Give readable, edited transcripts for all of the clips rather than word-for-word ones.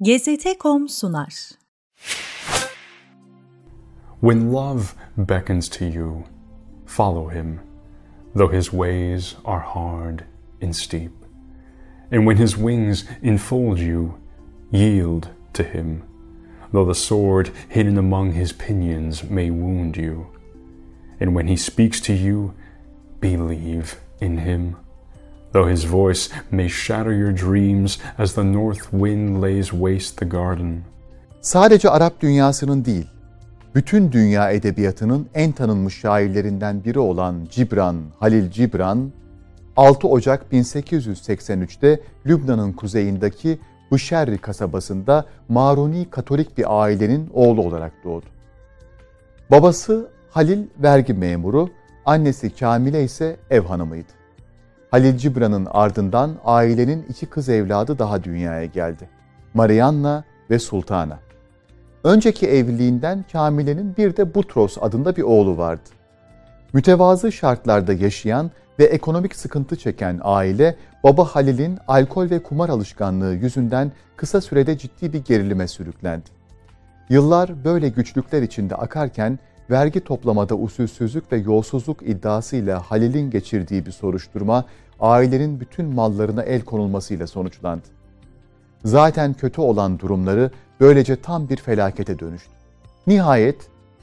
GZT.com sunar. When love beckons to you, follow him, though his ways are hard and steep. And when his wings enfold you, yield to him, though the sword hidden among his pinions may wound you. And when he speaks to you, believe in him, though his voice may shatter your dreams as the north wind lays waste the garden. Sadece Arap dünyasının değil, bütün dünya edebiyatının en tanınmış şairlerinden biri olan Halil Cibran, 6 Ocak 1883'te Lübnan'ın kuzeyindeki Bışerri kasabasında Maruni Katolik bir ailenin oğlu olarak doğdu. Babası Halil vergi memuru, annesi Kamile ise ev hanımıydı. Halil Cibran'ın ardından ailenin 2 kız evladı daha dünyaya geldi. Marianna ve Sultana. Önceki evliliğinden Kamile'nin bir de Butros adında bir oğlu vardı. Mütevazı şartlarda yaşayan ve ekonomik sıkıntı çeken aile, baba Halil'in alkol ve kumar alışkanlığı yüzünden kısa sürede ciddi bir gerilime sürüklendi. Yıllar böyle güçlükler içinde akarken, vergi toplamada usulsüzlük ve yolsuzluk iddiasıyla Halil'in geçirdiği bir soruşturma, ailenin bütün mallarına el konulmasıyla sonuçlandı. Zaten kötü olan durumları böylece tam bir felakete dönüştü. Nihayet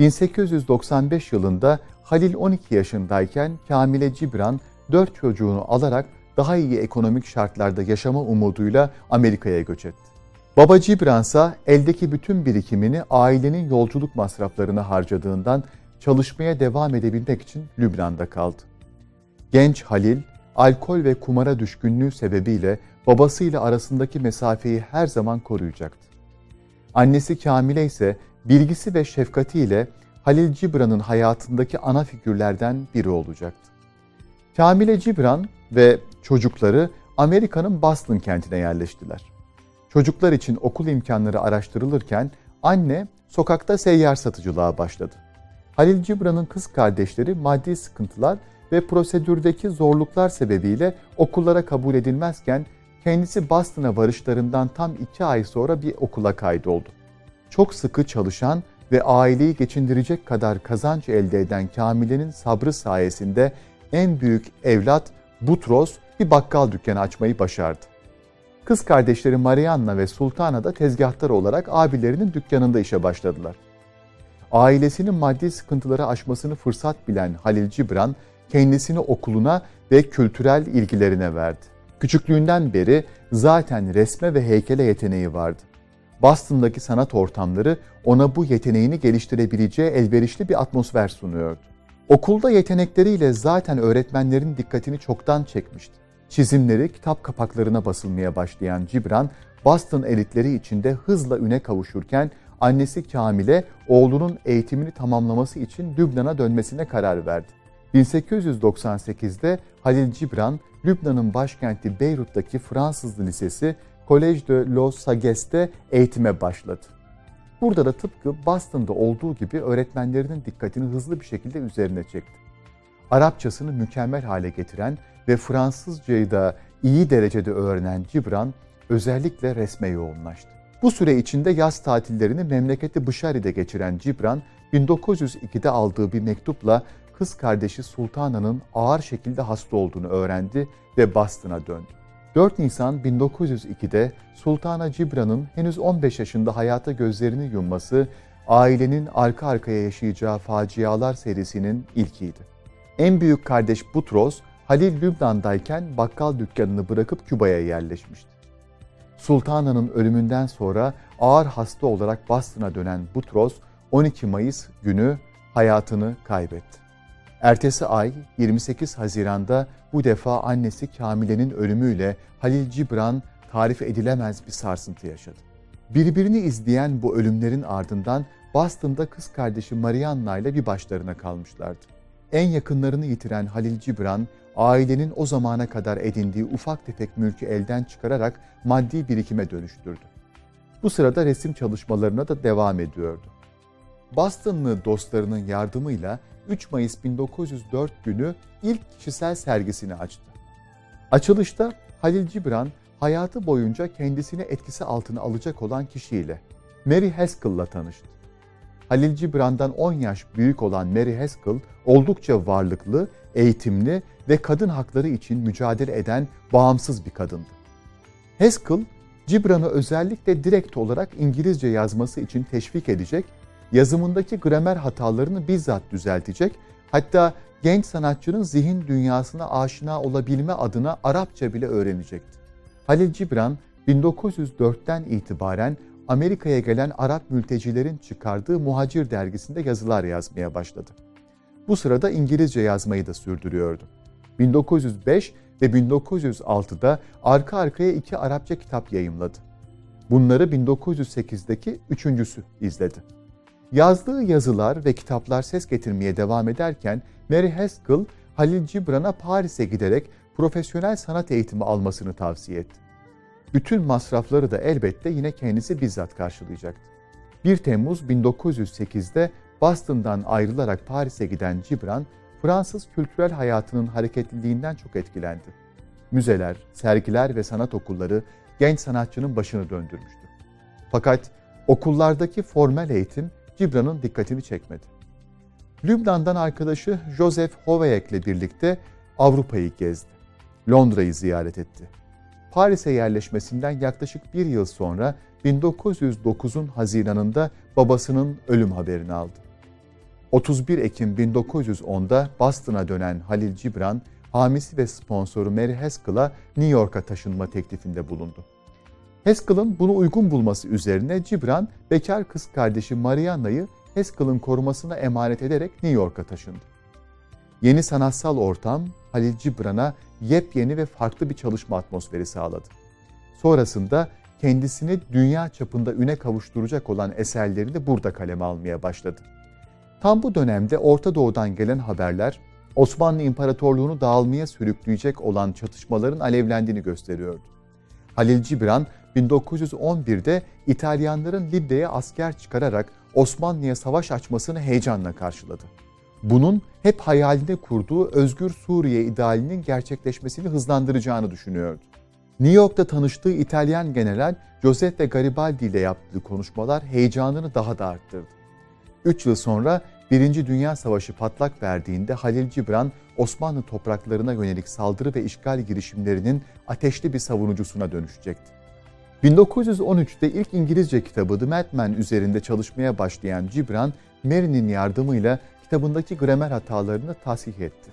1895 yılında Halil 12 yaşındayken Kamile Cibran 4 çocuğunu alarak daha iyi ekonomik şartlarda yaşama umuduyla Amerika'ya göç etti. Baba Cibran ise eldeki bütün birikimini ailenin yolculuk masraflarına harcadığından çalışmaya devam edebilmek için Lübnan'da kaldı. Genç Halil, alkol ve kumara düşkünlüğü sebebiyle babasıyla arasındaki mesafeyi her zaman koruyacaktı. Annesi Kamile ise bilgisi ve şefkatiyle Halil Cibran'ın hayatındaki ana figürlerden biri olacaktı. Kamile Cibran ve çocukları Amerika'nın Boston kentine yerleştiler. Çocuklar için okul imkanları araştırılırken anne sokakta seyyar satıcılığa başladı. Halil Cibran'ın kız kardeşleri maddi sıkıntılar ve prosedürdeki zorluklar sebebiyle okullara kabul edilmezken kendisi Boston'a varışlarından tam 2 ay sonra bir okula kaydoldu. Çok sıkı çalışan ve aileyi geçindirecek kadar kazanç elde eden Kamile'nin sabrı sayesinde en büyük evlat Butros bir bakkal dükkanı açmayı başardı. Kız kardeşleri Marianna ve Sultana da tezgahtar olarak abilerinin dükkanında işe başladılar. Ailesinin maddi sıkıntıları aşmasını fırsat bilen Halil Cibran, kendisini okuluna ve kültürel ilgilerine verdi. Küçüklüğünden beri zaten resme ve heykele yeteneği vardı. Boston'daki sanat ortamları ona bu yeteneğini geliştirebileceği elverişli bir atmosfer sunuyordu. Okulda yetenekleriyle zaten öğretmenlerin dikkatini çoktan çekmişti. Çizimleri kitap kapaklarına basılmaya başlayan Cibran, Boston elitleri içinde hızla üne kavuşurken annesi Kamile, oğlunun eğitimini tamamlaması için Lübnan'a dönmesine karar verdi. 1898'de Halil Cibran, Lübnan'ın başkenti Beyrut'taki Fransız Lisesi Collège de los Sages'te eğitime başladı. Burada da tıpkı Boston'da olduğu gibi öğretmenlerinin dikkatini hızlı bir şekilde üzerine çekti. Arapçasını mükemmel hale getiren ve Fransızcayı da iyi derecede öğrenen Cibran özellikle resme yoğunlaştı. Bu süre içinde yaz tatillerini memleketi Bışari'de geçiren Cibran, 1902'de aldığı bir mektupla kız kardeşi Sultana'nın ağır şekilde hasta olduğunu öğrendi ve Boston'a döndü. 4 Nisan 1902'de Sultana Cibran'ın henüz 15 yaşında hayata gözlerini yumması, ailenin arka arkaya yaşayacağı facialar serisinin ilkiydi. En büyük kardeş Butros, Halil Lübnan'dayken bakkal dükkanını bırakıp Küba'ya yerleşmişti. Sultana'nın ölümünden sonra ağır hasta olarak Boston'a dönen Butros, 12 Mayıs günü hayatını kaybetti. Ertesi ay 28 Haziran'da bu defa annesi Kamile'nin ölümüyle Halil Cibran tarif edilemez bir sarsıntı yaşadı. Birbirini izleyen bu ölümlerin ardından Boston'da kız kardeşi Marianna ile bir başlarına kalmışlardı. En yakınlarını yitiren Halil Cibran, ailenin o zamana kadar edindiği ufak tefek mülkü elden çıkararak maddi birikime dönüştürdü. Bu sırada resim çalışmalarına da devam ediyordu. Boston'lı dostlarının yardımıyla 3 Mayıs 1904 günü ilk kişisel sergisini açtı. Açılışta Halil Cibran hayatı boyunca kendisini etkisi altına alacak olan kişiyle, Mary Haskell'la tanıştı. Halil Cibran'dan 10 yaş büyük olan Mary Haskell oldukça varlıklı, eğitimli ve kadın hakları için mücadele eden bağımsız bir kadındı. Haskell, Cibran'ı özellikle direkt olarak İngilizce yazması için teşvik edecek, yazımındaki gramer hatalarını bizzat düzeltecek, hatta genç sanatçının zihin dünyasına aşina olabilme adına Arapça bile öğrenecekti. Halil Cibran, 1904'ten itibaren Amerika'ya gelen Arap mültecilerin çıkardığı Muhacir dergisinde yazılar yazmaya başladı. Bu sırada İngilizce yazmayı da sürdürüyordu. 1905 ve 1906'da arka arkaya 2 Arapça kitap yayımladı. Bunları 1908'deki üçüncüsü izledi. Yazdığı yazılar ve kitaplar ses getirmeye devam ederken Mary Haskell, Halil Cibran'a Paris'e giderek profesyonel sanat eğitimi almasını tavsiye etti. Bütün masrafları da elbette yine kendisi bizzat karşılayacaktı. 1 Temmuz 1908'de Boston'dan ayrılarak Paris'e giden Cibran, Fransız kültürel hayatının hareketliliğinden çok etkilendi. Müzeler, sergiler ve sanat okulları genç sanatçının başını döndürmüştü. Fakat okullardaki formel eğitim Cibran'ın dikkatini çekmedi. Lübnan'dan arkadaşı Joseph Hoveyek'le birlikte Avrupa'yı gezdi. Londra'yı ziyaret etti. Paris'e yerleşmesinden yaklaşık 1 yıl sonra 1909'un Haziran'ında babasının ölüm haberini aldı. 31 Ekim 1910'da Boston'a dönen Halil Cibran, hamisi ve sponsoru Mary Haskell'a New York'a taşınma teklifinde bulundu. Haskell'ın bunu uygun bulması üzerine Cibran, bekar kız kardeşi Marianna'yı Haskell'ın korumasına emanet ederek New York'a taşındı. Yeni sanatsal ortam Halil Cibran'a yepyeni ve farklı bir çalışma atmosferi sağladı. Sonrasında kendisini dünya çapında üne kavuşturacak olan eserlerini burada kaleme almaya başladı. Tam bu dönemde Orta Doğu'dan gelen haberler Osmanlı İmparatorluğu'nu dağılmaya sürükleyecek olan çatışmaların alevlendiğini gösteriyordu. Halil Cibran 1911'de İtalyanların Libya'ya asker çıkararak Osmanlı'ya savaş açmasını heyecanla karşıladı. Bunun hep hayalinde kurduğu özgür Suriye idealinin gerçekleşmesini hızlandıracağını düşünüyordu. New York'ta tanıştığı İtalyan general Giuseppe Garibaldi ile yaptığı konuşmalar heyecanını daha da arttırdı. 3 yıl sonra 1. Dünya Savaşı patlak verdiğinde Halil Cibran, Osmanlı topraklarına yönelik saldırı ve işgal girişimlerinin ateşli bir savunucusuna dönüşecekti. 1913'te ilk İngilizce kitabı The Madman üzerinde çalışmaya başlayan Cibran, Mary'nin yardımıyla kitabındaki gramer hatalarını tasih etti.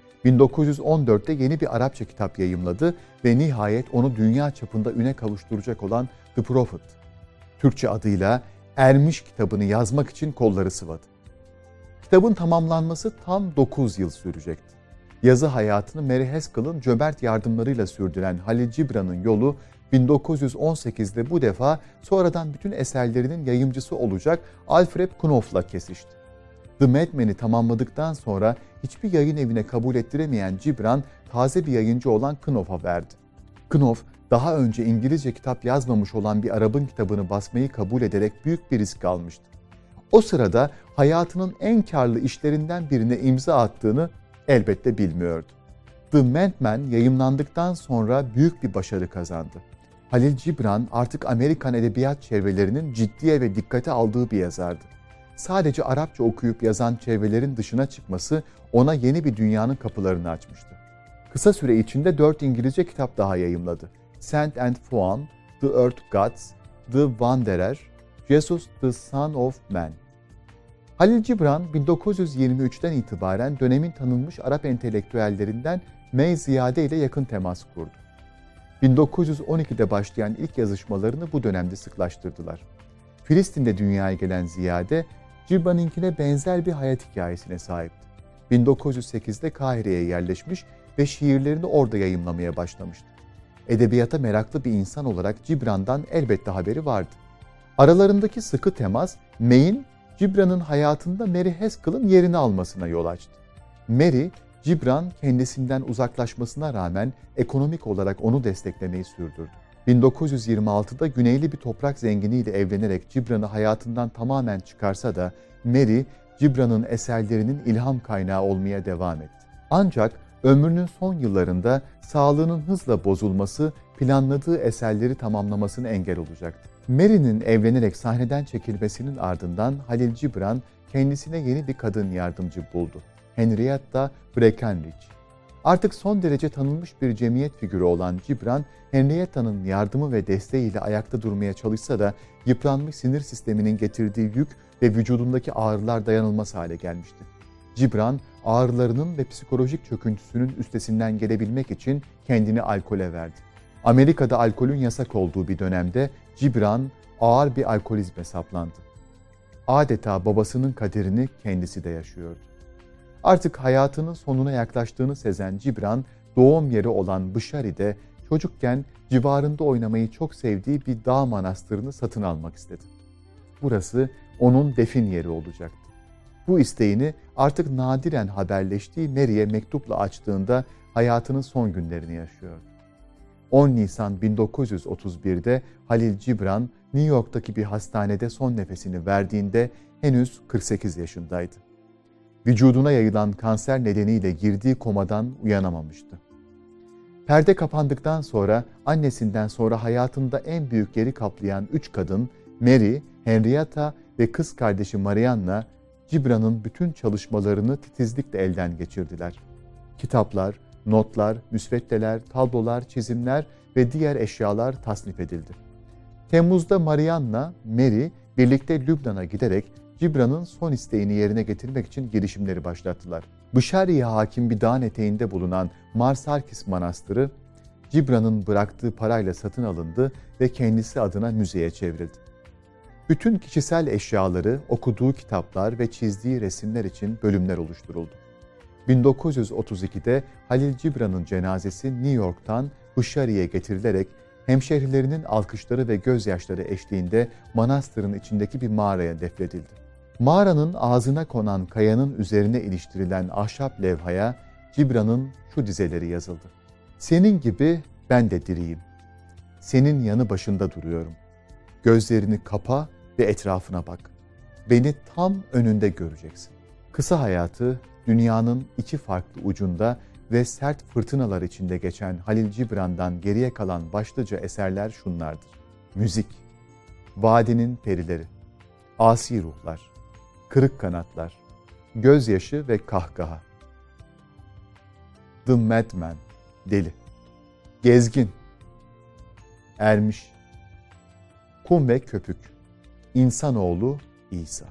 1914'te yeni bir Arapça kitap yayımladı ve nihayet onu dünya çapında üne kavuşturacak olan The Prophet, Türkçe adıyla Ermiş kitabını yazmak için kolları sıvadı. Kitabın tamamlanması tam 9 yıl sürecekti. Yazı hayatını Mary Haskell'ın cömert yardımlarıyla sürdüren Halil Cibran'ın yolu 1918'de bu defa sonradan bütün eserlerinin yayımcısı olacak Alfred Knopf'la kesişti. The Madman'i tamamladıktan sonra hiçbir yayın evine kabul ettiremeyen Cibran, taze bir yayıncı olan Knopf'a verdi. Knopf, daha önce İngilizce kitap yazmamış olan bir Arap'ın kitabını basmayı kabul ederek büyük bir risk almıştı. O sırada hayatının en karlı işlerinden birine imza attığını elbette bilmiyordu. The Madman yayımlandıktan sonra büyük bir başarı kazandı. Halil Cibran artık Amerikan edebiyat çevrelerinin ciddiye ve dikkate aldığı bir yazardı. Sadece Arapça okuyup yazan çevrelerin dışına çıkması ona yeni bir dünyanın kapılarını açmıştı. Kısa süre içinde 4 İngilizce kitap daha yayımladı. Sand and Foam, The Earth Gods, The Wanderer, Jesus the Son of Man. Halil Cibran 1923'ten itibaren dönemin tanınmış Arap entelektüellerinden May Ziyade ile yakın temas kurdu. 1912'de başlayan ilk yazışmalarını bu dönemde sıklaştırdılar. Filistin'de dünyaya gelen Ziyade, Cibran'ınkine benzer bir hayat hikayesine sahipti. 1908'de Kahire'ye yerleşmiş ve şiirlerini orada yayımlamaya başlamıştı. Edebiyata meraklı bir insan olarak Cibran'dan elbette haberi vardı. Aralarındaki sıkı temas, May'in Cibran'ın hayatında Mary Haskell'ın yerini almasına yol açtı. Mary, Cibran kendisinden uzaklaşmasına rağmen ekonomik olarak onu desteklemeyi sürdürdü. 1926'da güneyli bir toprak zenginiyle evlenerek Cibran'ı hayatından tamamen çıkarsa da Mary, Cibran'ın eserlerinin ilham kaynağı olmaya devam etti. Ancak Ömrünün son yıllarında sağlığının hızla bozulması planladığı eserleri tamamlamasına engel olacaktı. Mary'nin evlenerek sahneden çekilmesinin ardından Halil Cibran kendisine yeni bir kadın yardımcı buldu. Henrietta Breckenridge. Artık son derece tanınmış bir cemiyet figürü olan Cibran, Henrietta'nın yardımı ve desteğiyle ayakta durmaya çalışsa da yıpranmış sinir sisteminin getirdiği yük ve vücudundaki ağrılar dayanılmaz hale gelmişti. Cibran, ağrılarının ve psikolojik çöküntüsünün üstesinden gelebilmek için kendini alkole verdi. Amerika'da alkolün yasak olduğu bir dönemde Cibran ağır bir alkolizme saplandı. Adeta babasının kaderini kendisi de yaşıyordu. Artık hayatının sonuna yaklaştığını sezen Cibran, doğum yeri olan Bışari'de çocukken civarında oynamayı çok sevdiği bir dağ manastırını satın almak istedi. Burası onun defin yeri olacaktı. Bu isteğini artık nadiren haberleştiği Mary'e mektupla açtığında hayatının son günlerini yaşıyordu. 10 Nisan 1931'de Halil Cibran, New York'taki bir hastanede son nefesini verdiğinde henüz 48 yaşındaydı. Vücuduna yayılan kanser nedeniyle girdiği komadan uyanamamıştı. Perde kapandıktan sonra annesinden sonra hayatında en büyük yeri kaplayan 3 kadın, Mary, Henrietta ve kız kardeşi Marianna, Cibran'ın bütün çalışmalarını titizlikle elden geçirdiler. Kitaplar, notlar, müsveddeler, tablolar, çizimler ve diğer eşyalar tasnif edildi. Temmuz'da Marianna, Mary birlikte Lübnan'a giderek Cibran'ın son isteğini yerine getirmek için girişimleri başlattılar. Bışari'ye hakim bir dağın eteğinde bulunan Marsarkis Manastırı, Cibran'ın bıraktığı parayla satın alındı ve kendisi adına müzeye çevrildi. Bütün kişisel eşyaları, okuduğu kitaplar ve çizdiği resimler için bölümler oluşturuldu. 1932'de Halil Cibran'ın cenazesi New York'tan Bışari'ye getirilerek hemşehrilerinin alkışları ve gözyaşları eşliğinde manastırın içindeki bir mağaraya defnedildi. Mağaranın ağzına konan kayanın üzerine iliştirilen ahşap levhaya Cibran'ın şu dizeleri yazıldı. Senin gibi ben de diriyim. Senin yanı başında duruyorum. Gözlerini kapa ve etrafına bak. Beni tam önünde göreceksin. Kısa hayatı dünyanın iki farklı ucunda ve sert fırtınalar içinde geçen Halil Cibran'dan geriye kalan başlıca eserler şunlardır. Müzik, Vadinin Perileri, Asi Ruhlar, Kırık Kanatlar, Gözyaşı ve Kahkaha, The Madman, Deli, Gezgin, Ermiş, Kum ve Köpük, İnsanoğlu İsa.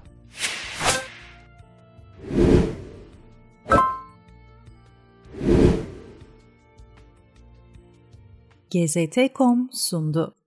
GZT.com sundu.